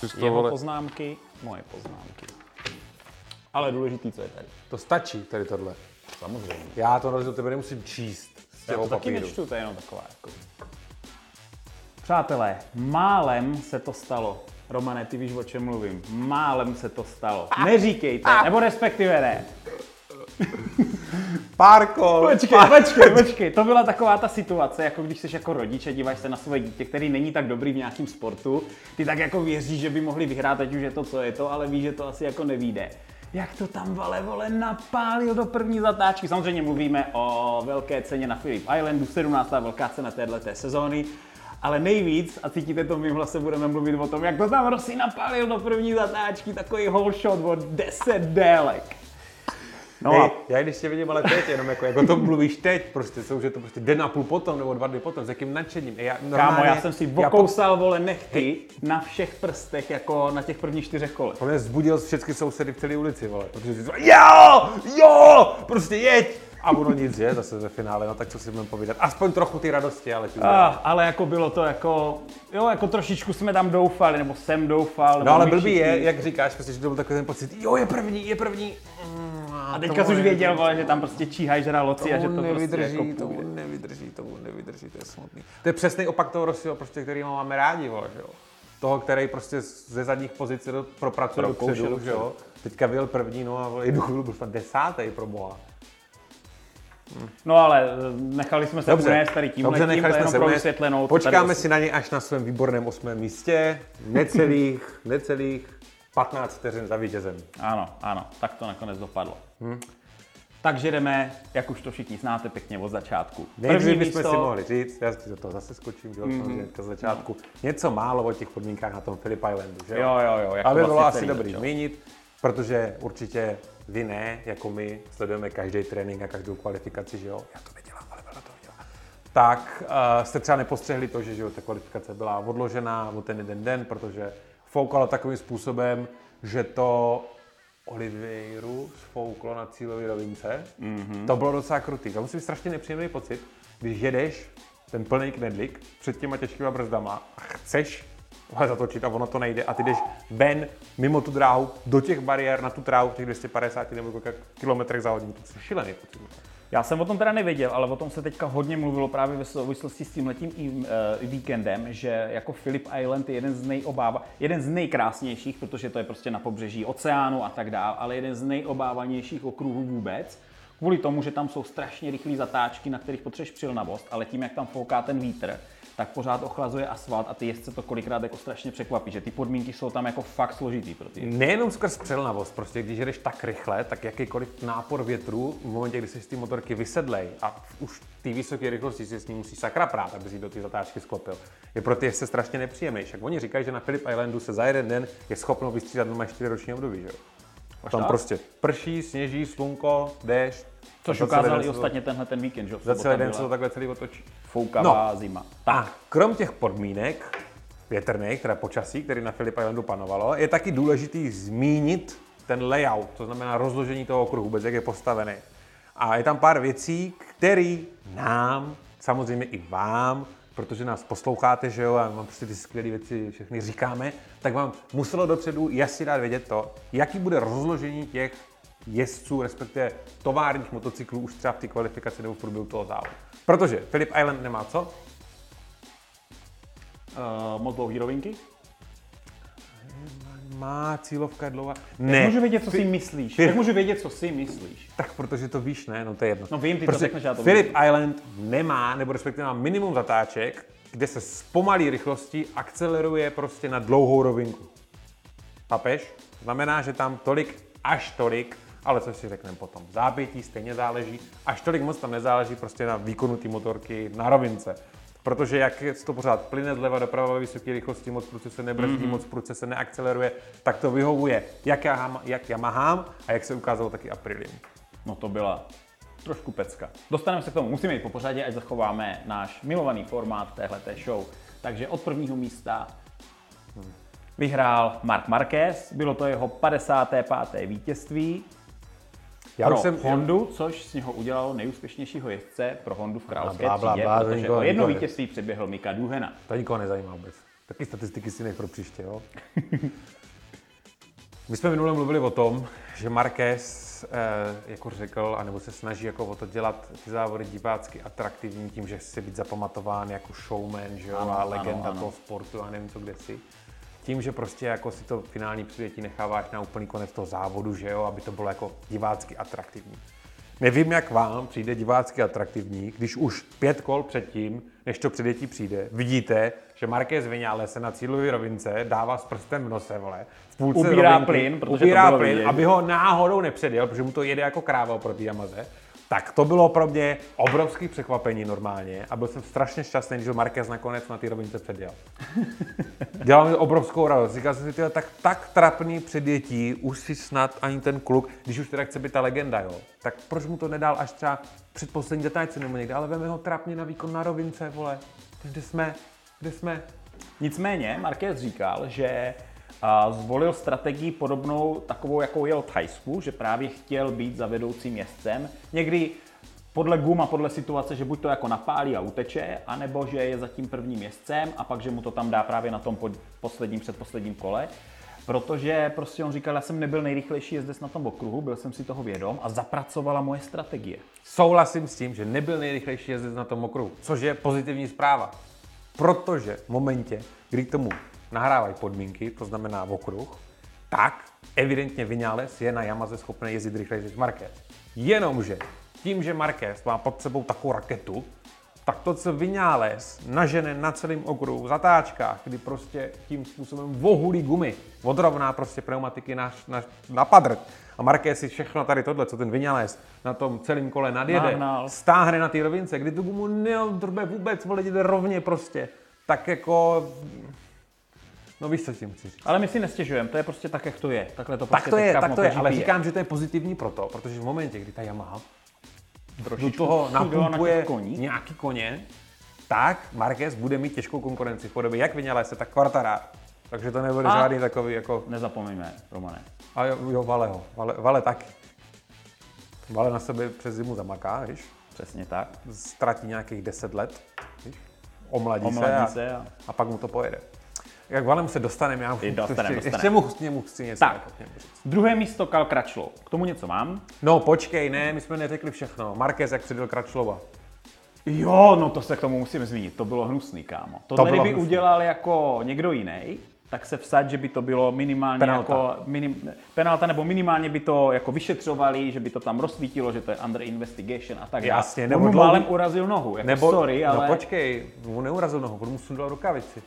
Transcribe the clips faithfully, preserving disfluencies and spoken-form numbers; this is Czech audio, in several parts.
Zkus to, Jeho vole. poznámky, moje poznámky. Ale důležitý, co je tady. To stačí, tady tohle. Samozřejmě. Já to na rozdíl tebe nemusím číst z Já těho to taky papíru. nečtu, to je jenom taková jako... Přátelé, málem se to stalo. Romane, ty víš, o čem mluvím. Málem se to stalo. Neříkejte, nebo respektive ne. Párko! Počkej, počkej, počkej. To byla taková ta situace, jako když jsi jako rodič a díváš se na své dítě, který není tak dobrý v nějakém sportu. Ty tak jako věříš, že by mohli vyhrát, ať už je to, co je to, ale víš, že to asi jako nevíde. Jak to tam vale, vole, napálil do první zatáčky. Samozřejmě mluvíme o velké ceně na Phillip Islandu, sedmnáctá velká cena téhleté sezóny. Ale nejvíc, a cítíte to v mým hlase, budeme mluvit o tom, jak to tam Rossi napálil do první zatáčky, takový whole shot o deset délek. No hey, a... Já když tě vidím, ale teď, jenom jako, jako to mluvíš teď, prostě, co už je to prostě den a půl potom, nebo dva dny potom, s jakým nadšením. Já, normálně, Kámo, já jsem si vokousal, já... vole, nechty na všech prstech, jako na těch prvních čtyřech kolech. On mě zbudil všechny sousedy v celé ulici, vole, protože si říkal, jo, jo, prostě jeď. A ono nic, že, zase ve finále, no tak co si budeme povídat. Aspoň trochu ty radosti, ale ty ah, ale jako bylo to jako, jo, jako trošičku jsme tam doufali, nebo jsem doufal. No ale blbý je, jak říkáš, prostě, že to byl takový ten pocit, jo, je první, je první. Mm, a, a teďka jsi už věděl, vole, že tam prostě číhají žraloci a že to nevydrží, prostě jako půjde. To nevydrží, to nevydrží, to je smutný. To je přesný opak toho Rossiho, prostě, který máme rádi, vole, že jo. Toho, který prostě ze zadních pozic propracuje dopředu, že jo. Teďka vyjel první, no a jednu chvíli byl snad desátý pro boha. Hmm. No ale nechali jsme se unést tady tímhle, dobře, tím, to jenom pro vysvětlenou. Počkáme si na ně až na svém výborném osmém místě, necelých, necelých patnáct vteřin za vítězem. Ano, ano, tak to nakonec dopadlo. Hmm. Takže jdeme, jak už to všichni znáte, pěkně od začátku. Nejdřív bychom místo... si mohli říct, já si do toho zase skočím, že mm-hmm. od začátku, no. Něco málo o těch podmínkách na tom Phillip Islandu, že jo? Jo, jo, jo. Ale by bylo asi dobrý zmínit, protože určitě vy ne, jako my, sledujeme každý trénink a každou kvalifikaci, že jo? Já to nedělám, ale Bela to dělá. Tak uh, jste třeba nepostřehli to, že, že jo, ta kvalifikace byla odložená o ten jeden den, protože foukalo takovým způsobem, že to Oliveiru sfouklo na cílové rovince. Mm-hmm. To bylo docela krutý. To musí být strašně nepříjemný pocit, když jedeš ten plný knedlík před těma těžkýma brzdama a chceš zatočit a ono to nejde a ty jdeš ven mimo tu dráhu do těch bariér na tu trávu v těch dvě stě padesát nebo kolik kilometrech za hodinu. To je šílený pocit. Já jsem o tom teda nevěděl, ale o tom se teďka hodně mluvilo právě ve souvislosti s tímhletím uh, víkendem, že jako Phillip Island je jeden z nejobáva, jeden z nejkrásnějších, protože to je prostě na pobřeží oceánu a tak dále, ale jeden z nejobávanějších okruhů vůbec. Kvůli tomu, že tam jsou strašně rychlé zatáčky, na kterých potřebuješ přilnavost, ale tím, jak tam fouká ten vítr, tak pořád ochlazuje asfalt a ty jezdce to kolikrát jako strašně překvapí, že ty podmínky jsou tam jako fakt složitý pro ty. Nejenom skrz přilnavost, prostě když jedeš tak rychle, tak jakýkoliv nápor větru v momentě, kdy se z té motorky vysedlej a už té vysoké rychlosti si s ní musí sakra prát, aby si do té zatáčky sklopil, je pro ty jezdce strašně nepříjemný. Však oni říkají, že na Phillip Islandu se za jeden den je schopno vystřídat na čtyři roční období, že jo? Tam tak? Prostě prší, sněží, slunko, déšť. Což ukázal i ostatně tenhle ten víkend, že? Za celý den se to takhle celý otočí. Foukavá no. zima. Tak. A krom těch podmínek větrných, teda počasí, který na Phillip Islandu panovalo, je taky důležitý zmínit ten layout, to znamená rozložení toho okruhu, vůbec jak je postavený. A je tam pár věcí, které nám, samozřejmě i vám, protože nás posloucháte, že jo, a vám prostě ty skvělé věci všechny říkáme, tak vám muselo dopředu jasně dát vědět to, jaký bude rozložení těch jezdců, respektive továrních motocyklů už třeba v té kvalifikaci nebo v průběhu toho závodu. Protože Phillip Island nemá co? Uh, moc dlouhý rovinky? Má cílovka dlouhá. Ne. Jak můžu vědět, co si myslíš? Jak můžu vědět, co si myslíš? Tak protože to víš, ne? No to je jedno. No vím, ty prostě to řekneš, já to Phillip vím. Island nemá, nebo respektive má minimum zatáček, kde se s pomalý rychlostí akceleruje prostě na dlouhou rovinku. Chápeš? Znamená, že tam tolik, až tolik, ale co si řekneme potom, zápětí stejně záleží, až tolik moc tam nezáleží prostě na výkonu té motorky na rovince. Protože jak to pořád plyne zleva doprava ve vysoké rychlosti, moc prudce se nebrzdí, mm-hmm. moc prudce se neakceleruje, tak to vyhovuje jak, Yamaha, jak Yamahám a jak se ukázalo taky Aprilium. No to byla trošku pecka. Dostaneme se k tomu, musíme jít po pořadě, ať zachováme náš milovaný formát téhleté show. Takže od prvního místa hmm. vyhrál Marc Marquez, bylo to jeho padesáté páté vítězství. Já pro jsem, Hondu, což z něho udělalo nejúspěšnějšího jezdce pro Hondu v královské třídě, protože o jedno vítězství předběhl Mika Duhena. To nikoho nezajímá vůbec. Taky statistiky si nech pro příště, jo? My jsme minule mluvili o tom, že Marquez, eh, jako řekl, anebo se snaží jako o to dělat ty závody divácky atraktivní tím, že chce být zapamatován jako showman, že jo, ano, a legenda ano, ano. toho sportu a nevím co kde si. Tím, že prostě jako si to finální přijetí necháváš na úplný konec toho závodu, že jo, aby to bylo jako divácky atraktivní. Nevím, jak vám přijde divácky atraktivní, když už pět kol předtím, než to předjetí přijde, vidíte, že Marquez Viñales se na cílové rovince dává s prstem v nose, vole, v půlce ubírá rovinky, plyn, protože ubírá to bylo plyn, vidět. aby ho náhodou nepředjel, protože mu to jede jako kráva oproti Yamaze. Tak to bylo pro mě obrovské překvapení normálně a byl jsem strašně šťastný, že Marquez nakonec na té rovince předjel. Dělal mi obrovskou radost. Říkal jsem si, tyhle, tak, tak trapný předjetí, už si snad ani ten kluk, když už teda chce být ta legenda, jo, tak proč mu to nedal až třeba před poslední zatáčce nebo někde, ale veme ho trapně na výkon na rovince, vole. Kde jsme? Kde jsme? Nicméně Marquez říkal, že a zvolil strategii podobnou takovou, jakou jel v Thajsku, že právě chtěl být za vedoucím jezdcem. Někdy podle gum a podle situace, že buď to jako napálí a uteče, anebo že je zatím prvním jezdcem a pak, že mu to tam dá právě na tom posledním, předposledním kole. Protože prostě on říkal, já jsem nebyl nejrychlejší jezdec na tom okruhu, byl jsem si toho vědom a zapracovala moje strategie. Souhlasím s tím, že nebyl nejrychlejší jezdec na tom okruhu, což je pozitivní zpráva. Protože v momentě, kdy k tomu nahrávají podmínky, to znamená v okruh, tak evidentně Viñales je na Yamaze schopný jezdit rychleji než Marquez. Jenomže tím, že Marquez má pod sebou takovou raketu, tak to, co Viñales nažene na celém okruhu v zatáčkách, kdy prostě tím způsobem vohulí gumy, odrovná prostě pneumatiky na, na, na padr. A Marquez si všechno tady tohle, co ten Viñales na tom celém kole nadjede, Nahnal. stáhne na té rovince, kdy tu gumu neodrbe vůbec, vole, jde rovně prostě, tak jako... No víš, co tím chci říct. Ale my si nestěžujeme, to je prostě tak, jak to je. Takhle to prostě Tak to je, teďka v tak to je, ale MotoGP říkám, že to je pozitivní proto, protože v momentě, kdy ta Yamaha do Trošičku toho přidala na napumpuje těch koní. nějaký koně, tak Marquez bude mít těžkou konkurenci v podobě jak Viñalese, tak Quartararo. Takže to nebude A- žádný takový jako... Nezapomeňme, Romane. A jo, jo Valeho. Vale, Vale taky. Vale na sebe přes zimu zamaká, víš? Přesně tak. Ztratí nějakých deset let, víš? Omladí, Omladí se, a, se a- a pak mu to pojede. Jak Valem se dostaneme, já už I dostanem, ještě, dostanem. ještě mu, k němu chci něco Tak, jako k němu říct. druhé místo Cal Crutchlow. K tomu něco mám. No počkej, ne, my jsme neřekli všechno. Marquez jak předjel Crutchlowa. Jo, no to se k tomu musím zmínit. To bylo hnusný, kámo. Tohle bylo kdyby hnusný. udělal jako někdo jiný, tak se vsad, že by to bylo minimálně Penalta. jako minim, penalta, nebo minimálně by to jako vyšetřovali, že by to tam rozsvítilo, že to je under investigation a tak dále. Jasně, On nebo mu dlouhý- málem urazil nohu, jako Nebo, sorry, ale... No počkej, mu neurazil nohu, on mu sundal rukavici.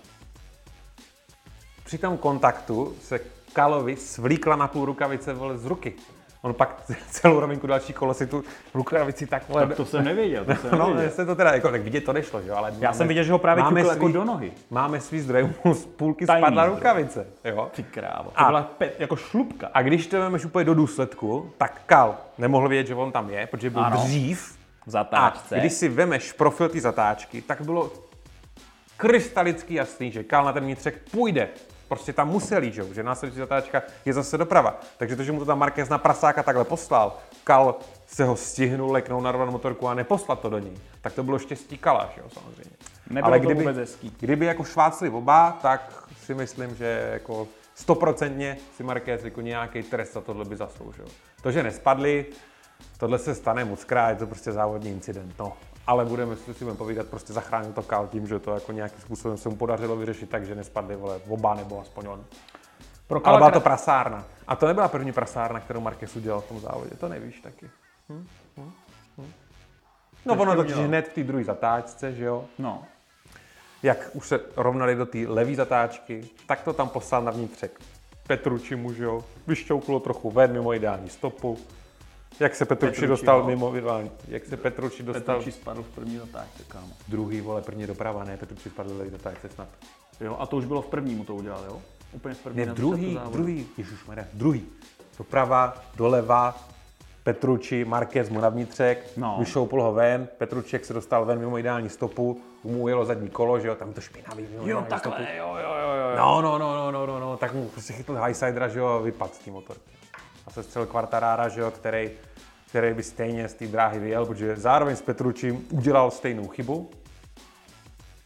Při tom kontaktu se Kalovi svlíkla na půl rukavice, vole, z ruky. On pak celou rovinku další kolo si tu rukavici tak, vole, Tak to jsem nevěděl, to jsem no, nevěděl. jestli to teda, jako, tak vidět to nešlo, že jo, ale Já jsem viděl, že ho právě ťukl jako do nohy. Máme svý zdroj, mu z půlky Tajný spadla zdroj. rukavice, jo. Ty krávo, to A- byla pe- jako šlupka. A když to vemeš úplně do důsledku, tak Kal nemohl vědět, že on tam je, protože byl Ano. dřív. V zatáčce. A když si vemeš profil té zatáčky, tak bylo krystalicky jasný, že Kal na ten vnitřek půjde. Prostě tam musel jít, že, jo, že následující zatáčka je zase doprava. Takže to, že mu to tam Marquez na prasáka takhle poslal, Kal se ho stihnul, leknul na rovnou motorku a neposlat to do ní, tak to bylo štěstí Kala, že jo, samozřejmě. Nebylo to vůbec hezký. kdyby jako švácli oba, tak si myslím, že jako stoprocentně si Marquez jako nějaký trest za tohle by zasloužil. To, že nespadli, tohle se stane mockrát, je to prostě závodní incident, no. Ale budeme si budeme povídat, prostě zachránil to Kal tím, že to jako nějakým způsobem se mu podařilo vyřešit tak, že nespadli, vole, oba nebo aspoň on. Pro Ale byla Kala to prasárna. A to nebyla první prasárna, kterou Marquez udělal v tom závodě, to nevíš taky. Hm? Hm? Hm? No ono totiž udělal? hned v té druhé zatáčce, že jo? No. Jak už se rovnali do té levé zatáčky, tak to tam poslal na vnitřek Petrucci mu, že jo? Vyšťouklo trochu ven mimo ideální stopu. Jak se Petrucci, Petrucci, dostal no. mimo ideální, jak se Petrucci dostal... Petrucci spadl v první zatáčce, kámo. Druhý, vole, první doprava, ne, Petrucci spadl do levé zatáčce snad. Jo, a to už bylo v první, mu to udělal, jo? Úplně v první. Ne, na druhý, začátku závodu. druhý, ježišmarja, druhý. Doprava, doleva, Petrucci, Marquez mu na vnitřek, No. vyšoupl ho ven, Petrucci, jak se dostal ven mimo ideální stopu, mu jelo zadní kolo, že jo, tam to špinavý mimo Jo, ideální takhle, stopu. jo, jo, jo, jo. No, no, no, no, no, no, no, tak mu prostě chytl highsidera, že jo, a vypadl z té motorky. A se střel Quartarara, že jo, který, který by stejně z té dráhy vyjel, protože zároveň s Petruccim udělal stejnou chybu.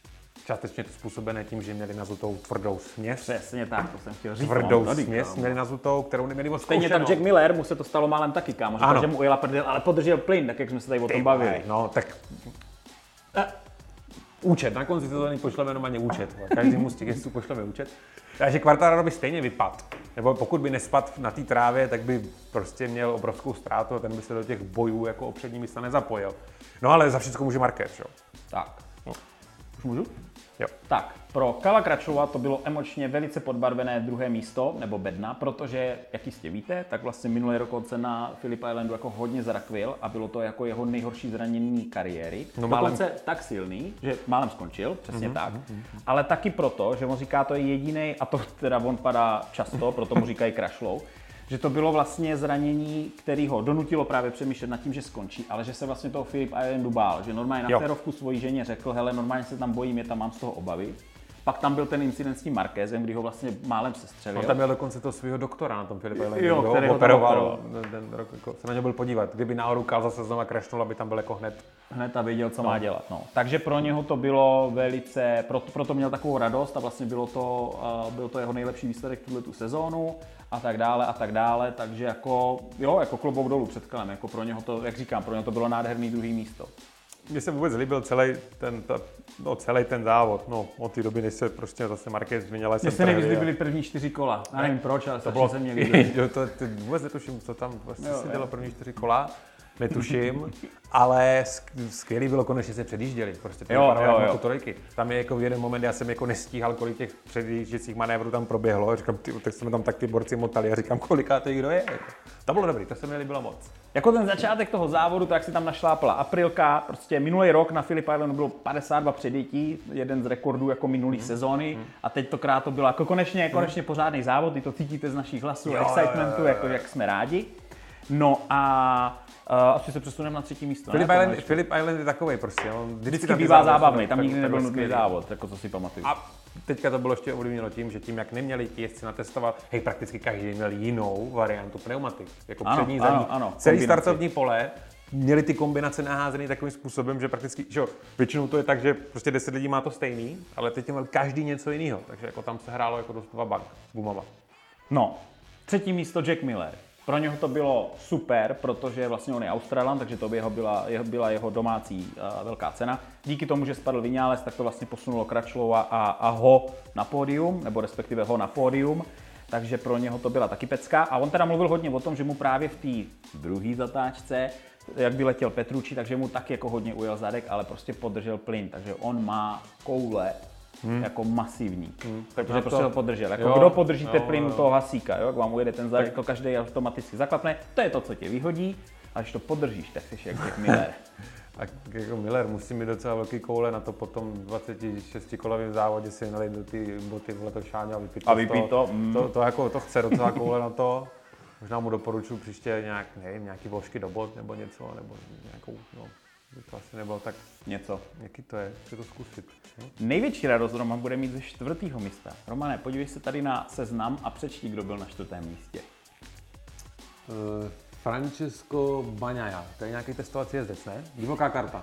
částečně to způsobené tím, že měli nazutou tvrdou směs. Přesně tak, to jsem chtěl říct. Tvrdou tady, směs kámo. měli nazutou, kterou neměli moc Stejně tak Jack Miller, mu se to stalo málem taky, kámo. Říkal, že mu ujela prdel, ale podržel plyn, tak jak jsme se tady o tom bavili. No, tak... A, účet, na konci sezóny pošleme normálně účet. Každému z těch jezdců pošleme účet. Takže Quartararo by stejně vypadl. Nebo pokud by nespadl na té trávě, tak by prostě měl obrovskou ztrátu a ten by se do těch bojů jako o přední místa nezapojil. No ale za všechno může Marquez, jo. Tak. No. Už můžu? Jo. Tak, pro Kala Crutchlova to bylo emočně velice podbarvené druhé místo, nebo bedna, protože, jak jistě víte, tak vlastně minulý rok on se na Phillip Islandu jako hodně zrakvil a bylo to jako jeho nejhorší zranění kariéry. No, dokonce málem... tak silný, že málem skončil, přesně mm-hmm, tak, mm-hmm. ale taky proto, že on říká, to je jediný, a to teda on padá často, proto mu říkají Crutchlov, že to bylo vlastně zranění, který ho donutilo právě přemýšlet nad tím, že skončí, ale že se vlastně toho Phillip Islandu bál, že normálně na férovku svojí ženě řekl, hele, normálně se tam bojím, je tam, mám z toho obavy. Pak tam byl ten incident s tím Marquezem, kdy ho vlastně málem sestřelil. On tam měl dokonce toho svého doktora na tom Phillip Islandu, jo, který ho operoval, ten rok, jako se na něj byl podívat. Kdyby náhodou Kal zase znova crashnul, aby tam byl jako hned. Hned a věděl, co no. má dělat. No. Takže pro něho to bylo velice, proto, proto měl takovou radost a vlastně bylo to, uh, byl to jeho nejlepší výsledek tuhle tu sezónu a tak dále a tak dále. Takže jako, jo, jako klobouk dolů před Kalem, jako pro něho to, jak říkám, pro něho to bylo nádherný druhý místo. Mně se vůbec líbil celý ten, ta, no, celý ten závod, no od té doby, než se prostě zase Marquez změnil. Mně se nejvíc líbily první čtyři kola, já nevím proč, ale to bylo se mě líbilo. to, to, vůbec netuším, co tam vlastně jo, si dělo první čtyři kola, netuším, ale skvělý bylo konečně se předjížděli, prostě ty jako trojky. Tam je jako v jeden moment, já jsem jako nestíhal, kolik těch předjížděcích manévrů tam proběhlo, a říkám, ty, tak jsme tam tak ty borci motali a říkám, kolikátej kdo je. To bylo dobrý, to se mi líbilo moc. Jako ten začátek toho závodu, tak si tam našlápla Aprilka, prostě minulý rok na Phillip Islandu bylo padesát dva předjetí, jeden z rekordů jako minulý mm. sezóny mm. a teď tokrát to bylo jako konečně, konečně mm. pořádný závod, vy to cítíte z našich hlasů, jo, excitementu, jo, jo, jo. Jako jak jsme rádi. No a uh, asi se přesuneme na třetí místo. Phillip Island, Phillip Island je takovej prostě, on vždycky, vždycky bývá zábavný, tam nikdy nebyl nudný závod, jako co si pamatuju. A teďka to bylo ještě ovlivněno tím, že tím, jak neměli ti jezdci natestovat, hej, prakticky každý měl jinou variantu pneumatik, jako ano, přední, zadní, ano, ano, celý kombinaci. Startovní pole, měli ty kombinace naházený takovým způsobem, že prakticky, že jo, většinou to je tak, že prostě deset lidí má to stejný, ale teď měl každý něco jiného, takže jako tam se hrálo jako dost dva bank s gumama. No, třetí místo Jack Miller. Pro něho to bylo super, protože vlastně on je Australan, takže to by jeho byla, jeho, byla jeho domácí uh, velká cena. Díky tomu, že spadl Viñales, tak to vlastně posunulo Crutchlova a, a ho na pódium, nebo respektive ho na pódium. Takže pro něho to byla taky pecka. A on teda mluvil hodně o tom, že mu právě v té druhé zatáčce, jak by letěl Petrucci, takže mu taky jako hodně ujel zadek, ale prostě podržel plyn. Takže on má koule Hmm. jako masivní, hmm. protože to... prostě ho podržel. Jako jo, kdo podržíte jo, plyn jo. toho hasíka, jo? Jak vám ujede ten zadek, to každý automaticky zaklapne, to je to, co tě vyhodí, a když to podržíš, tak jsi jak Jack Miller. A jako Miller musí mít docela velký koule na to potom dvacetišestikolovém závodě si nalít do ty boty vole to šáně a vypít to. A vypít to? Mm. To, to, jako, to chce docela koule na to. Možná mu doporučuji příště nějak, nevím, nějaký vložky do bot nebo něco, nebo nějakou, no. To asi nebylo tak něco. Jaký to je? Chci to zkusit. No? Největší radost Roman bude mít ze čtvrtého místa. Romane, podívej se tady na seznam a přečti, kdo byl na čtvrtém místě. Uh, Francesco Bagnaia. To je nějaký testovací jezdec, ne? Divoká karta.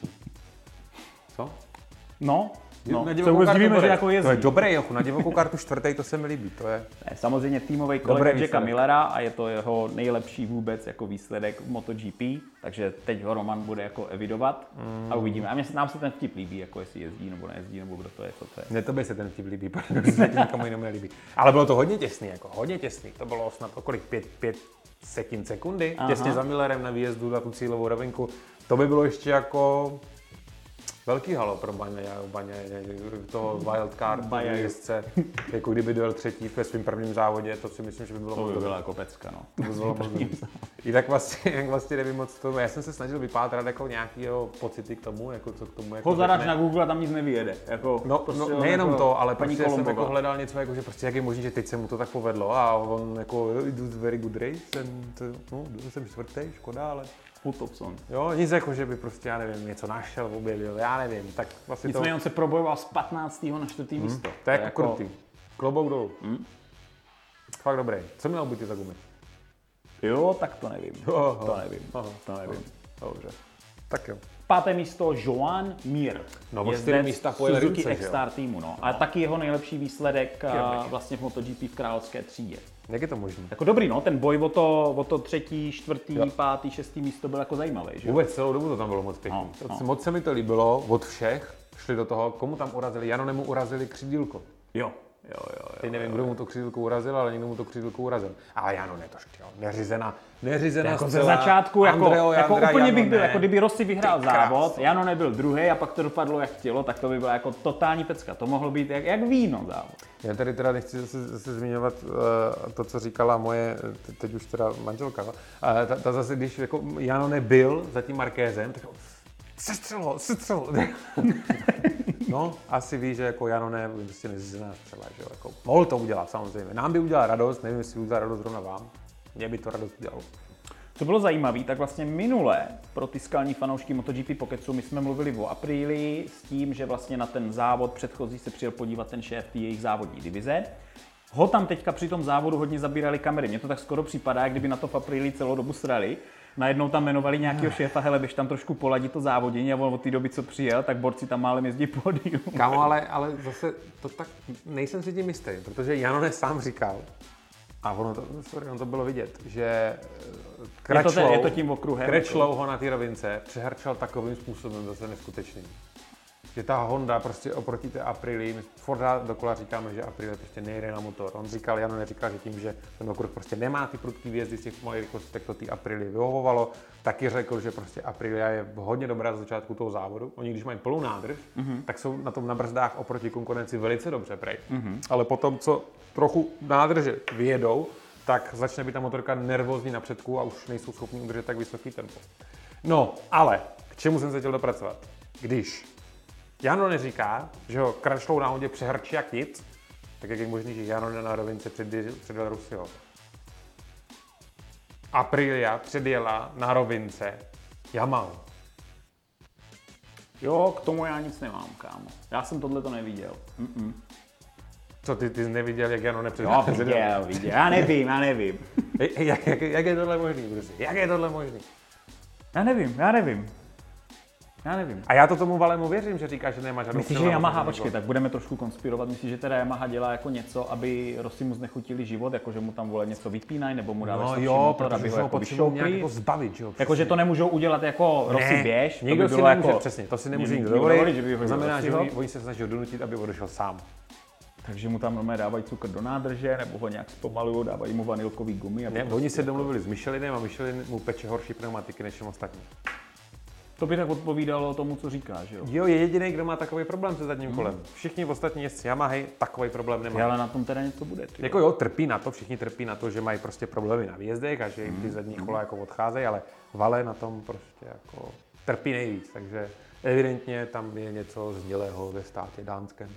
Co? No, no. Se vůbec divíme, že jako jezdí. To je dobré, jochu. Na divokou kartu čtvrtej, to se mi líbí. To je... Ne, samozřejmě týmový kolega Jacka Millera a je to jeho nejlepší vůbec jako výsledek v MotoGP, takže teď ho Roman bude jako evidovat mm. a uvidíme. A mě se, nám se ten vtip líbí, jako jestli jezdí nebo nejezdí, nebo kdo to je, co to je. Mně to by se ten vtip líbí, protože se tím nikomu jinému nelíbí. Ale bylo to hodně těsný, jako hodně těsný. To bylo snad okolik pět, pět setin sekundy, Aha. těsně za Millerem na výjezdu na tu cílovou rovinku. To by bylo ještě jako velký halo pro Bagnaia, toho wildcard jezdce, jako kdyby dojel třetí ve svém prvním závodě, to si myslím, že by bylo to by byla jako pecka, no. To by bylo I tak vlastně, jak vlastně nevím moc to, já jsem se snažil vypátrat jako nějakýho pocity k tomu, jako co k tomu jako ho zadač na Google a tam nic nevyjede, jako no, prostě no nejenom jako to, ale prostě jsem jako hledal něco, jako, že prostě jak je možný, že teď se mu to tak povedlo a on jako jdu very good race, ten, to, no, jsem čtvrtý, škoda, ale Utopson. Jo, nic jako, že by prostě, já nevím, něco našel, objevil, já nevím, tak vlastně Nicméně to... on se probojoval z patnáctého na čtvrtý hmm. místo. To je jako krutý. Klobouk dolů. Hmm. Fakt dobrý. Co mělo být ty za gumy? Jo, tak to nevím. Oh, to nevím. Oh, to nevím. Oh. Dobře. Tak jo. Páté místo Joan Mir. No, o čtyři místa pojeli Suzuki ruce, X-Star týmu, no. A taky jeho nejlepší výsledek a, vlastně v MotoGP v královské třídě. Jak je to možné? Jako dobrý, no, ten boj o to, o to třetí, čtvrtý, jo. pátý, šestý místo byl jako zajímavý, že? Vůbec celou dobu to tam bylo moc pěkný. No, no. Moc se mi to líbilo, od všech šli do toho, komu tam urazili, Janonemu urazili křídílko. Jo. Jo, jo, jo, Teď nevím, kdo mu to křídílko urazil, ale někdo mu to křídílko urazil. Ale Janone to štěl, neřízená, neřízená jako ze začátku, jako, Andreo, jako Jandra, úplně Janone, bych byl, jako kdyby Rossi vyhrál závod, Janone byl druhý a pak to dopadlo jak chtělo, tak to by byla jako totální pecka. To mohlo být jak, jak víno závod. Já tady teda nechci zase, zase zmiňovat uh, to, co říkala moje, teď už teda manželka, uh, ta, ta zase, když jako Janone byl za tím Markézem, tak sestřelo, sestřelo. No, asi ví, že jako Janone prostě nezizná střela, že jo, jako mohl to udělat samozřejmě. Nám by udělal radost, nevím, jestli udělal radost zrovna vám, mě by to radost udělalo. Co bylo zajímavé, tak vlastně minule pro ty skalní fanoušky MotoGP Pocketsu my jsme mluvili o Aprilii s tím, že vlastně na ten závod předchozí se přijel podívat ten šéf té jejich závodní divize. Ho tam teďka při tom závodu hodně zabírali kamery. Mně to tak skoro připadá, jak kdyby na to v Aprilii celou dobu srali. Najednou tam jmenovali nějakého šéfa, hele, běž tam trošku poladit to závodění a on od té doby, co přijel, tak borci tam málem jezdí pódium. Kámo, ale, ale zase to tak nejsem si tím jistý, protože Janone sám říkal, a ono to, sorry, on to bylo vidět, že Crutchlow, je to, je to tím okruhem. Crutchlow ho na té rovince přehrčel takovým způsobem zase neskutečným. Že ta Honda prostě oproti té Aprilii, my furt dokola říkáme, že Aprilia prostě nejde na motor. On říkal, Janone říkal, že tím, že ten okruh prostě nemá ty prudký výjezdy z těch malých rychlostí, tak to té Aprilii vyhovovalo. Taky řekl, že prostě Aprilia je hodně dobrá z začátku toho závodu. Oni, když mají plnou nádrž, mm-hmm. tak jsou na tom na brzdách oproti konkurenci velice dobře, prej. Mm-hmm. Ale potom, co trochu nádrže vyjedou, tak začne být ta motorka nervózní na předku a už nejsou schopni udržet tak vysoký tempo. No, ale k čemu jsem se chtěl dopracovat? Když Janone říká, že ho Crutchlow na Hondě přehrčí jak nic, tak jak je možný, že Janone na rovince předjel Rossiho. Aprilia předjela na rovince Yamahu. Jo, k tomu já nic nemám, kámo. Já jsem tohle to neviděl. Mm-mm. Co, ty, ty jsi neviděl, jak Janone předjel? Jo, viděl, viděl. Já nevím, já nevím. jak, jak, jak je tohle možný, prostě? Jak je tohle možný? Já nevím, já nevím. Já nevím. A já to tomu Valemu věřím, že říká, že nemá žádnou. Myslíš, že Yamaha, počkej, tak budeme trošku konspirovat. Myslíš, že teda Yamaha dělá jako něco, aby Rossimu znechutili život, jako že mu tam vole něco vypínají, nebo mu dávají no, slabší jo, motor, aby ho jako nějak jako zbavit, že jo? Jako, že to nemůžou udělat jako Rossi běž, nikdo to by si bylo nemůže, jako... přesně, to si nemůže nikdo dovolit, že by to znamená, že oni, oni se snaží donutit, aby odešel sám. Takže mu tam normálně dávají cukr do nádrže, nebo ho nějak zpomalují, dávají mu vanilkový gumy. Ne, prostě oni se domluvili s Michelinem a Michelin mu peče horší pneumatiky než ostatní. To by tak odpovídalo tomu, co říkáš, jo? Jo, je jediný, kdo má takový problém se zadním kolem. Hmm. Všichni ostatní jezdci Yamahy takový problém nemají. Ale na tom teda něco bude. Ty jako jo, trpí na to, všichni trpí na to, že mají prostě problémy na výjezdech a že jim ty zadní kola jako odcházejí, ale Vale na tom prostě jako trpí nejvíc, takže evidentně tam je něco znělého ve státě dánském.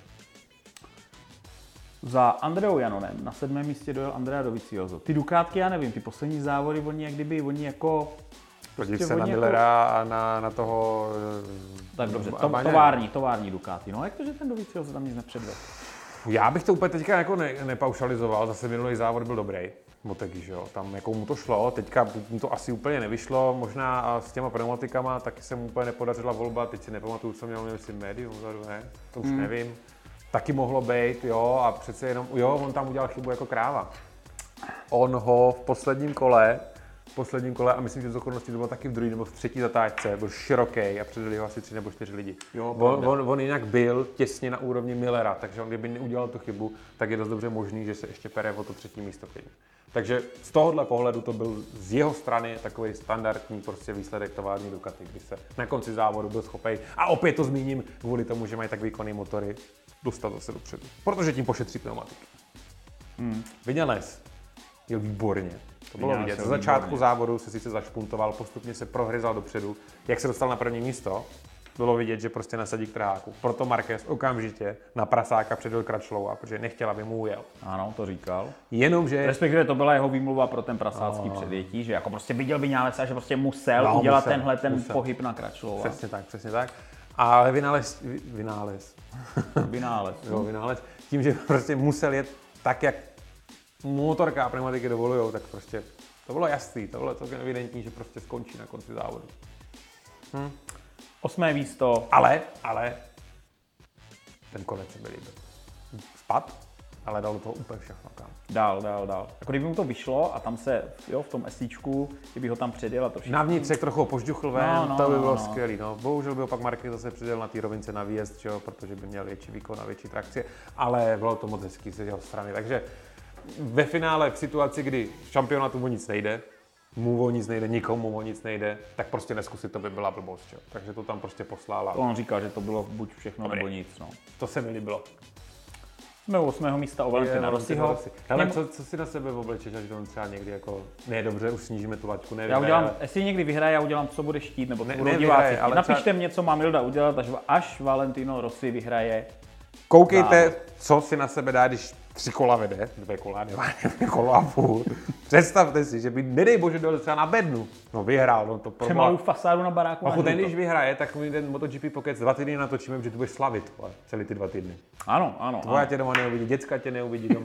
Za Andreou Janonem na sedmém místě dojel Andrea Dovizioso. Ty Dukátky, já nevím, ty poslední závody, oni jak kdyby, oni jako... Podív se na Millera jako... a na, na toho... Tak dobře, to, tovární, tovární Ducati. No jak to, že ten Dovizioso tam nic nepředvedl? Já bych to úplně teďka jako ne, nepaušalizoval, zase minulý závod byl dobrý. Motegi, že jo, tam jako mu to šlo, teďka mu to asi úplně nevyšlo, možná s těma pneumatikama taky se mu úplně nepodařila volba, teď si nepamatuju, co měl, myslím, médium vzadu, ne? To už hmm. nevím. Taky mohlo být, jo, a přece jenom, jo, on tam udělal chybu jako kráva. On ho v posledním kole, v posledním kole, a myslím, že z okolností to bylo taky v druhé nebo v třetí zatáčce, byl široký a předjeli ho asi tři nebo čtyři lidi. Jo, on, on, on jinak byl těsně na úrovni Millera, takže on kdyby neudělal tu chybu, tak je dost dobře možný, že se ještě pere o to třetí místo klidně. Takže z tohohle pohledu to byl z jeho strany takový standardní prostě výsledek tovární Ducati, kdy se na konci závodu byl schopný, a opět to zmíním kvůli tomu, že mají tak výkonný motory, dostat zase dopředu, protože tím pošetří pneumatiky. Hmm. Vinales jel výborně, to bylo vidět. Ze začátku výborně. Závodu se sice zašpuntoval, postupně se prohryzal dopředu, jak se dostal na první místo, bylo vidět, že prostě nasadí k trháku. Proto Marquez okamžitě na prasáka předjel Crutchlowa, protože nechtěl, aby mu ujel. Ano, to říkal. Jenomže... Respektive to byla jeho výmluva pro ten prasácký no. předjetí, že jako prostě viděl Vinales a že prostě musel no, udělat musel, tenhle ten musel. pohyb na Crutchlowa. Přesně tak, přesně tak. Ale Vinales... Vinales. Vinales. jo, Vinales. Tím, že prostě musel jet tak, jak motorka a pneumatiky dovolujou, tak prostě to bylo jasný, to bylo celkem evidentní, že prostě skončí na konci závodu. Hm. Osmé místo. Ale, ale, ten konec se mi líbil. Spad, ale dal do toho úplně všechno. Kam. Dál, dál, dál. Jako kdyby mu to vyšlo a tam se, jo, v tom esíčku, kdyby ho tam předjel a to všechno. Na vnitřek trochu požduchl ven, no, no, to by bylo no, no. skvělý. No. Bohužel by ho pak Marquez zase předjel na té rovince na výjezd, jo, protože by měl větší výkon a větší trakci, ale bylo to moc hezký z jeho strany. Takže ve finále v situaci, kdy šampionátu o nic nejde, mu o nic nejde, nikomu o nic nejde, tak prostě neskusit, to by byla blbost. Jo. Takže to tam prostě poslala. On říkal, že to bylo buď všechno Dobrý. nebo nic. No. To se mi líbilo. Jsme u osmého místa o Valentina Rossiho. Ale co, co si na sebe oblečeš, až on třeba někdy jako, ne dobře, už snížíme tu laťku, ne, Já udělám, ale... jestli někdy vyhraje, já udělám, co bude štít, nebo co Ne- budou ne diváci vyhraje, chtít. ale Napište třeba- mě, co má Milda udělat, až, až Valentino Rossi vyhraje. Koukejte, Závod. co si na sebe dá, když tři kola vede, dvě kola, dvě kolo a půl. Představte si, že by, nedej bože, dojel třeba na bednu. No vyhrál, no to Přemalou proboha. fasádu na baráku. Pokud ten, na žluto. když vyhraje, tak my ten MotoGP Pocket dva týdny natočíme, protože tu budeš slavit, vole, celý ty dva týdny. Ano, ano. Tvoja ano. tě doma neuvidí, děcka tě neuvidí doma.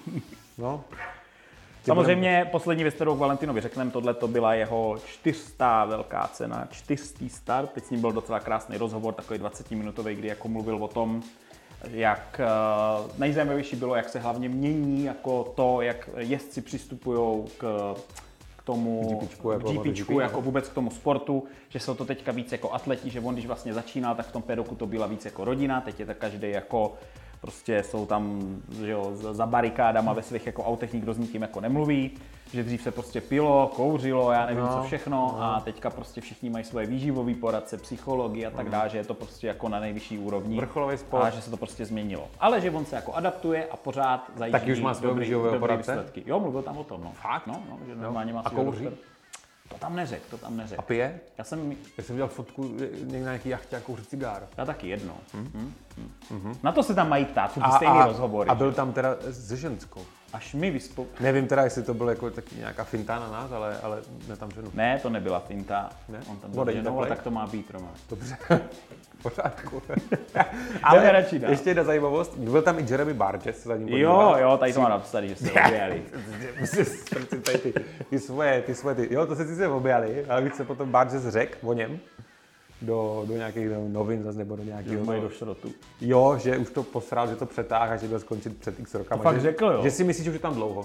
No. Samozřejmě poslední věc, kterou k Valentinovi řekneme, tohle to byla jeho čtyřstá velká cena, čtyřstý start. Teď s ním byl docela krásný rozhovor, takový dvacetiminutový, kdy jako mluvil o tom, jak uh, nejzajímavější bylo, jak se hlavně mění jako to, jak jezdci přistupují k, k tomu GPčku jako GPčku, MotoGP, jako vůbec k tomu sportu, že jsou to teďka víc jako atleti, že on když vlastně začínal, tak v tom pedoku to byla víc jako rodina, teď je to každý jako prostě jsou tam, že jo, za barikádama ve svých jako autech, nikdo s nikým jako nemluví, že dřív se prostě pilo, kouřilo, já nevím No, co všechno no. a teďka prostě všichni mají svoje výživový poradce, psychologii a tak dále, že je to prostě jako na nejvyšší úrovni. Vrcholový sport. A že se to prostě změnilo. Ale že on se jako adaptuje a pořád zajíždí Taky už má svého dobrý, výživového dobrý poradce? výsledky. Jo, mluvil tam o tom, no. Fakt? No, no, že normálně má A svého kouří? doktora. To tam neřek, to tam neřek. A pije? Já jsem, Já jsem viděl fotku někde na nějaký jachtě a kouří cigár. já taky jedno. Hmm? Hmm? Hmm. Na to se tam mají ptát, jsou ty A, stejný a, rozhovory. a že? byl tam teda se ženskou. Až mi vyspou... Nevím teda, jestli to bylo jako taky nějaká finta na nás, ale, ale ne tam ženu. Ne, to nebyla finta. Ne? On tam Bude byl ženou, takhle? ale tak to má být, Roman. Dobře, v pořádku. Jdeme radši dál. ještě jedna zajímavost, byl tam i Jeremy Barges, se za ním Jo, podívat. jo, tady to má napsaný, že se objeli. Tady ty, ty svoje, ty svoje, ty, jo, to se sice objali, ale víc se potom Barges řekl o něm do, do nějakých novin zase nebo do nějakého... Mají do šrotu. Jo, že už to posral, že to přetáhl a že byl skončit před x rokama. To fakt že, řekl, jo? Že si myslíš, že už je tam dlouho.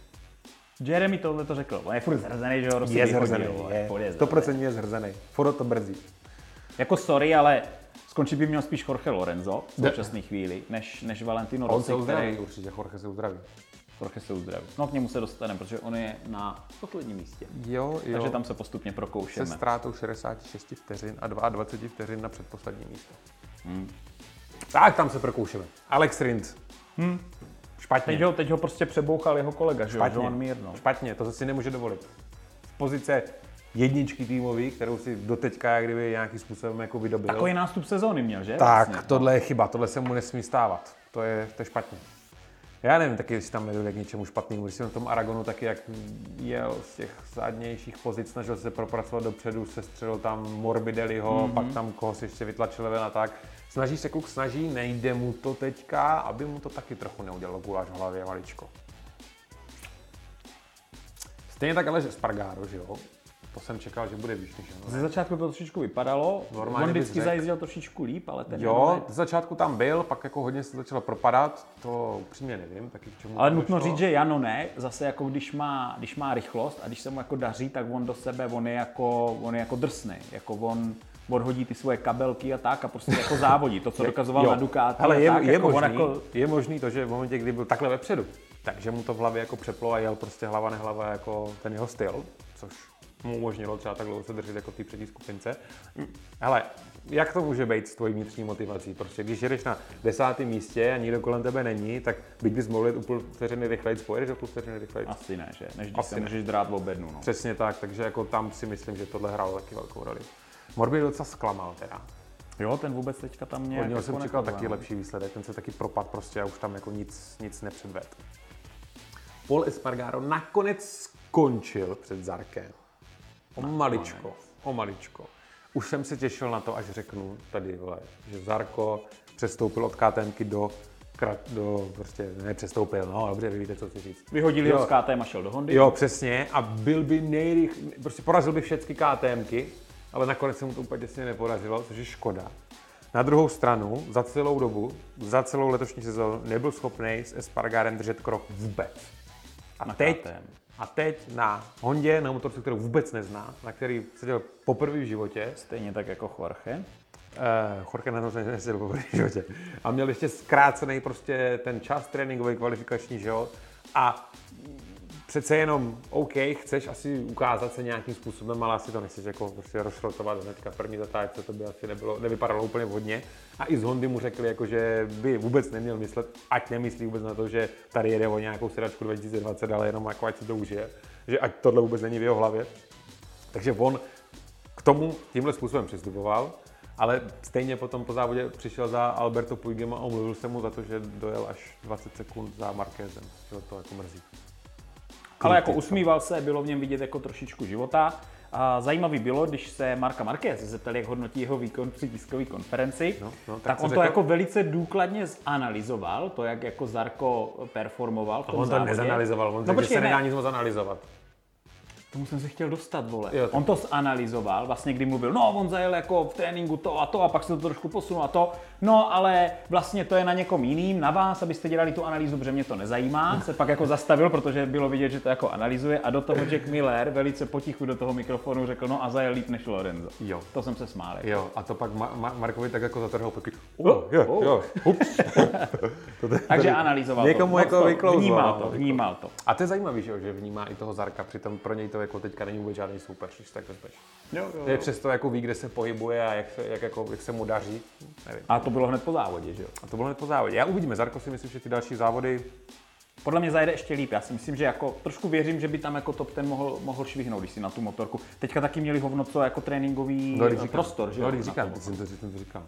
Jeremy tohle to řekl. On je furt zhrzený, že jo, Rossi Je vyhodil, zhrzený, vole, je. furt je sto procent zhrzený. je zhrzený. Furt to brzí. Jako sorry, ale skončit by měl spíš Jorge Lorenzo v současné chvíli, než, než Valentino On Rossi, se uzdraví, který určitě, Jorge se uzdraví. Jorge se uzdraví. No k němu se dostaneme, protože on je na posledním místě. Jo, jo. Takže tam se postupně Se prokoušeme. ztrátou šedesát šest vteřin a dvacet dva vteřin na předposlední místo. Hmm. Tak, tam se prokoušeme. Alex Rins. Hmm. Špatně. Teď ho, teď ho prostě přebouchal jeho kolega, že jo, Špatně. Joan Mir, no. Špatně, to se si nemůže dovolit. Z pozice jedničky týmový, kterou si doteďka jak kdyby nějakým způsobem jako vydobil. Takový nástup sezóny měl, že? Tak, Vlastně. tohle je chyba, tohle se mu nesmí stávat. To je, to je špatně. Já nevím taky, jestli tam nedojde k něčemu špatnému. Když jsem na tom Aragonu taky, jak jel z těch zadnějších pozic, snažil se propracovat dopředu, sestřelil tam Morbidelliho, mm-hmm. pak tam koho si ještě vytlačil ven a tak. Snaží se kluk, snaží, nejde mu to teďka, aby mu to taky trochu neudělalo guláš v hlavě maličko. Stejně tak ale, že Spargaro, že jo? To jsem čekal, že bude výš než ono. Ze začátku to trošičku vypadalo, Normálně on bys vždycky řekl. zajezdil trošičku líp, ale ten Jo, ne. z začátku tam byl, pak jako hodně se začalo propadat, to upřímně nevím, taky k čemu Ale to nutno došlo. říct, že Jano ne, zase jako když má, když má rychlost a když se mu jako daří, tak on do sebe, on je jako, on je jako drsný, jako on odhodí ty svoje kabelky a tak a prostě jako závodí, to, co dokazoval Jo. na Ducati. Ale a je, tak, je, jako možný, on jako, je možný to, že v momentě, kdy byl takhle vepředu, takže mu to v hlavě jako přeplo a jel prostě hlava nehlava jako ten jeho styl, což mu umožnilo třeba tak dlouho se držet jako té přední skupince. Hele, jak to může být s tvojí vnitřní motivací? Prostě když jedeš na desátém místě a nikdo kolem tebe není, tak byť bys mohl jít o půl vteřiny rychlejc, pojedeš o půl vteřiny rychlejc. asi ne, že? Než když Asi se ne. můžeš drát v obednu, no. Přesně tak, takže jako tam si myslím, že tohle hrálo taky velkou roli. Morbidelli docela zklamal teda. Jo, ten vůbec teďka tam nějak Od něho jako jsem čekal nechoval. taky lepší výsledek, ten se taky propad prostě a už tam jako nic, nic nepředved. Paul Espargaro nakonec skončil před Zarkem. O maličko, o maličko. Už jsem se těšil na to, až řeknu tady, vole, že Zarko přestoupil od KTMky do, do prostě, ne přestoupil, no dobře, vy víte, co chci říct. Vyhodili Jo. ho z K T M a šel do Hondy. Jo, přesně, a byl by nejrych, prostě porazil by všechny KTMky ale nakonec se mu to úplně těsně nepodařilo, což je škoda. Na druhou stranu, za celou dobu, za celou letošní sezónu nebyl schopný s Espargarem držet krok vůbec. A teď, a teď na Hondě, na motorce, kterou vůbec nezná, na který seděl poprvé v životě. Stejně tak jako Jorge. Uh, Jorge na tom se neseděl poprvé v životě. A měl ještě zkrácený prostě ten čas tréninkový, kvalifikační, že jo. A přece jenom, OK, chceš asi ukázat se nějakým způsobem, ale asi to nechceš jako prostě rozšrotovat hnedka první zatáčce, to by asi nebylo, nevypadalo úplně vhodně. A i z Hondy mu řekli, jako, že by vůbec neměl myslet, ať nemyslí vůbec na to, že tady jede o nějakou sedačku dva tisíce dvacet, ale jenom jako ať si to užije, že ať tohle vůbec není v jeho hlavě. Takže on k tomu tímhle způsobem přistupoval, ale stejně potom po závodě přišel za Alberto Puigem a omluvil se mu za to, že dojel až dvacet sekund za Marquezem, že to jako mrzí. Ale jako usmíval se, bylo v něm vidět jako trošičku života. A zajímavý bylo, když se Marca Marquez zeptal, jak hodnotí jeho výkon při tiskové konferenci, no, no, tak, tak on řekl? To jako velice důkladně zanalizoval, to, jak jako Zarco performoval v tom on to závodě. nezanalizoval, on no, řekl, že se nedá nic moc analyzovat. Tomu jsem se chtěl dostat, vole. Jo, on to zanalizoval, vlastně kdy mluvil, no on zajel jako v tréninku to a to a pak se to trošku posunul a to, no ale vlastně to je na někom jiným, na vás, abyste dělali tu analýzu, protože mě to nezajímá, se pak jako zastavil, protože bylo vidět, že to jako analyzuje a do toho Jack Miller velice potichu do toho mikrofonu řekl, no a zajel líp než Lorenzo. Jo. To jsem se smál. Jako. Jo, a to pak Ma- Ma- Markovi tak jako zatrhl taky, oh, jo, oh. jo, ups. Takže analyzoval někomu to. Jako vyklouzval, vnímal to, vnímal to. A to je zajímavý, že vnímá i toho Zarka, přitom pro něj to jako teďka není vůbec žádný super, když tak vezmeš. Jo, jo, jo. Přesto jako ví, kde se pohybuje a jak se, jak, jako, jak se mu daří. Nevím. A to bylo hned po závodě, že jo? A to bylo hned po závodě. Já uvidíme, Zarko si myslím, že ty další závody... Podle mě zajede ještě líp. Já si myslím, že jako trošku věřím, že by tam jako top ten mohl, mohl švihnout, když si na tu motorku. Teďka taky měli hovno co jako tréninkový no, říkám, prostor, že jo? No, říkám, teď jsem to, jsem to říkal.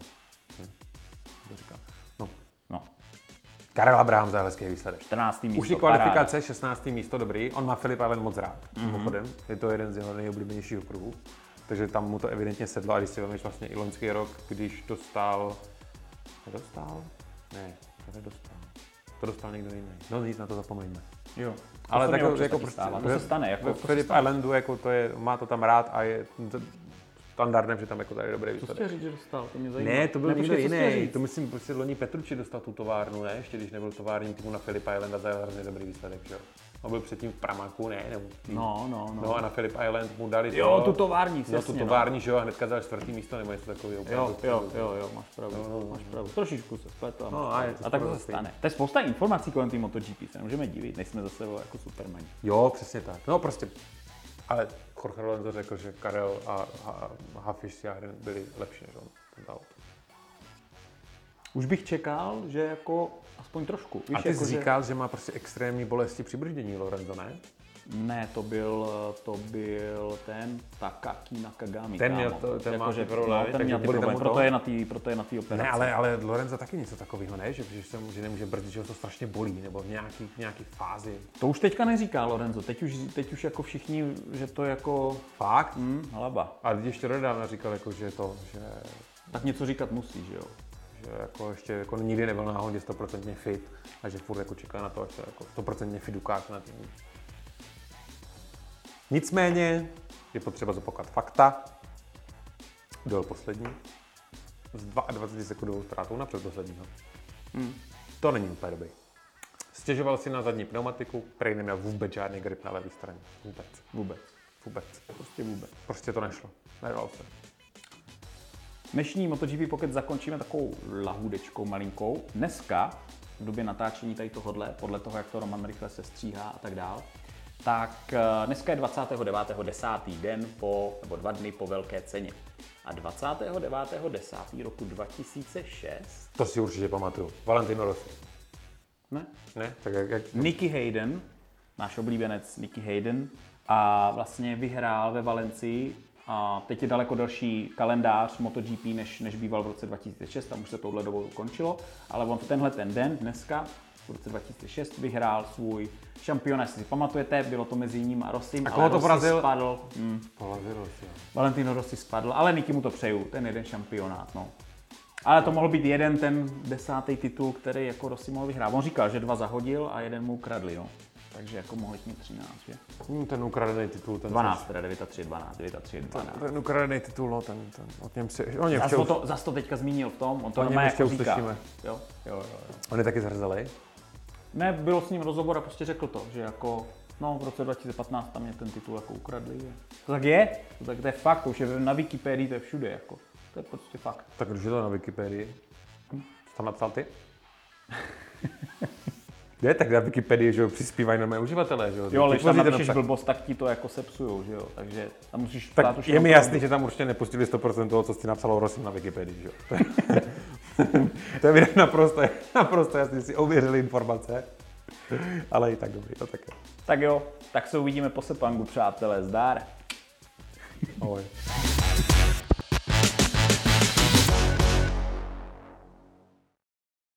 To říkal. No. No. Karel Abraham za hezký výsledek. čtrnácté místo. Už je kvalifikace, paráda. šestnácté místo, dobrý. On má Filipa Island moc rád. Mm-hmm. Je to jeden z jeho nejoblíbenějších okruhů. Takže tam mu to evidentně sedlo a když si vezmeš vlastně i loňský rok, když dostal... Nedostal? Ne, to nedostal. To dostal někdo jiný. No nic, na to zapomeňme. Jo. Ale to tak jako, jako prostě, to se stane. Jako, Filip Islandu, jako to je, má to tam rád a je standardem, že tam jako tady dobrý výsledek. Co jsi říct, že dostal? To mě zajímá. Ne, to byl někdo jiný. To myslím, prostě loni Petrucci dostal tu továrnu, ne? Ještě když nebyl továrním týmu na Filip Island a zajel hrozně dobrý výsledek, že jo? On byl předtím v Pramaku, ne? Nebo no, no, no. No a na Filip Island mu dali to. Jo, tu tovární, no, tu tovární, no. Že jo, a hnedka dal čtvrtý místo, nebo něco takového. Jo, jo, jo, jo, máš pravdu, no, no, máš pravdu. Trošičku se spletl a, no, a, a tak to se stane. To je spousta informací kolem té MotoGP, se nemůžeme divit, nejsme zase jako supermani. Jo, přesně tak. No prostě, ale Jorge Lorenzo řekl, že Karel a, a Hafiš Jahren byli lepší než on. Už bych čekal, že jako aspoň trošku. Víš, a ty jako, jsi říkal, že... že má prostě extrémní bolesti při brždění Lorenzo, ne? Ne, to byl, to byl ten Takaki Nakagami. Ten měl to, ten jako, má že, problémy, no, ten měl ty problémy, proto je na té proto je na té operaci. Ne, ale, ale Lorenzo taky něco takového, ne? Že, že, se, že nemůže brzdit, že ho to strašně bolí, nebo v nějaký, nějaký fázi. To už teďka neříká Lorenzo, teď už, teď už jako všichni, že to jako... Fakt? Mm, halaba. A lidi ještě dodávna říkal, jako, že to, že... Tak něco říkat musí, že jo? Že jako ještě jako nikdy nebyl na Hondě sto procent fit a že furt jako čeká na to, až se jako sto procent fit ukáže na tým. Nicméně je potřeba zopakovat fakta. Dojel poslední s dvacet dva sekundovou ztrátou na předposledního. Hmm. To není úplně dobrý. Stěžoval si na zadní pneumatiku, který neměl vůbec žádný grip na levé straně. Vůbec. Vůbec. Vůbec. Prostě vůbec. Prostě to nešlo. Nedalo se. Dnešní MotoGP pokud zakončíme takovou lahůdečkou malinkou. Dneska, v době natáčení tady tohodle, podle toho, jak to Roman rychle se stříhá a tak dál, tak dneska je dvacátého devátého desátého den po, nebo dva dny po velké ceně. A dvacátého devátého desátého roku dva tisíce šest... To si určitě pamatuju. Valentino Rossi. Ne? Ne? Tak jak, jak... Nicky Hayden, náš oblíbenec Nicky Hayden, a vlastně vyhrál ve Valencii. A teď je daleko delší kalendář MotoGP, než, než býval v roce dva tisíce šest, tam už se touhle dobou končilo, ale on tenhle ten den, dneska, v roce dva tisíce šest, vyhrál svůj šampionát, jestli si pamatujete, bylo to mezi ním a Rossim, ale to Rossi spadl. Hmm. Rossi. Valentino Rossi spadl, ale Nicky mu to přeju, ten jeden šampionát, no. Ale to mohl být jeden ten desátý titul, který jako Rossi mohl vyhrát. On říkal, že dva zahodil a jeden mu ukradli, no. takže jako mohl jich mít třináct, že? Hmm, ten ukradený titul. Ten dvanáct, teda devět tři, dvanáct, devět tři, dvanáct. Ten, ten ukradený titul, no, ten, ten, od něm si, on Zas, už... to, zas to teďka zmínil v tom, on to normálně jako říká. Jo, jo, jo, jo. On je taky zrzelej? Ne, bylo s ním rozhovor a prostě řekl to, že jako, no v roce dva tisíce patnáct tam mě ten titul jako ukradli. Je. To tak je, to, tak, to je fakt, to už je na Wikipedii, to je všude jako, to je prostě fakt. Tak když je to na Wikipedii, hm? Co tam napsal ty? Je, tak na Wikipedii, že jo, přispívají normální uživatelé, že jo. Jo, ale když tam napíšeš blbost, tak ti to jako sepsujou, že jo, takže tam musíš tak ptát už je mi jasný, že tam určitě nepustili sto procent toho, co jsi napsal Rosím na Wikipedii, že jo. To je naprosto, naprosto jasný, si ověřili informace, ale i tak dobrý, to tak je. Tak jo, tak se uvidíme po Sepangu, přátelé, zdar. Ahoj.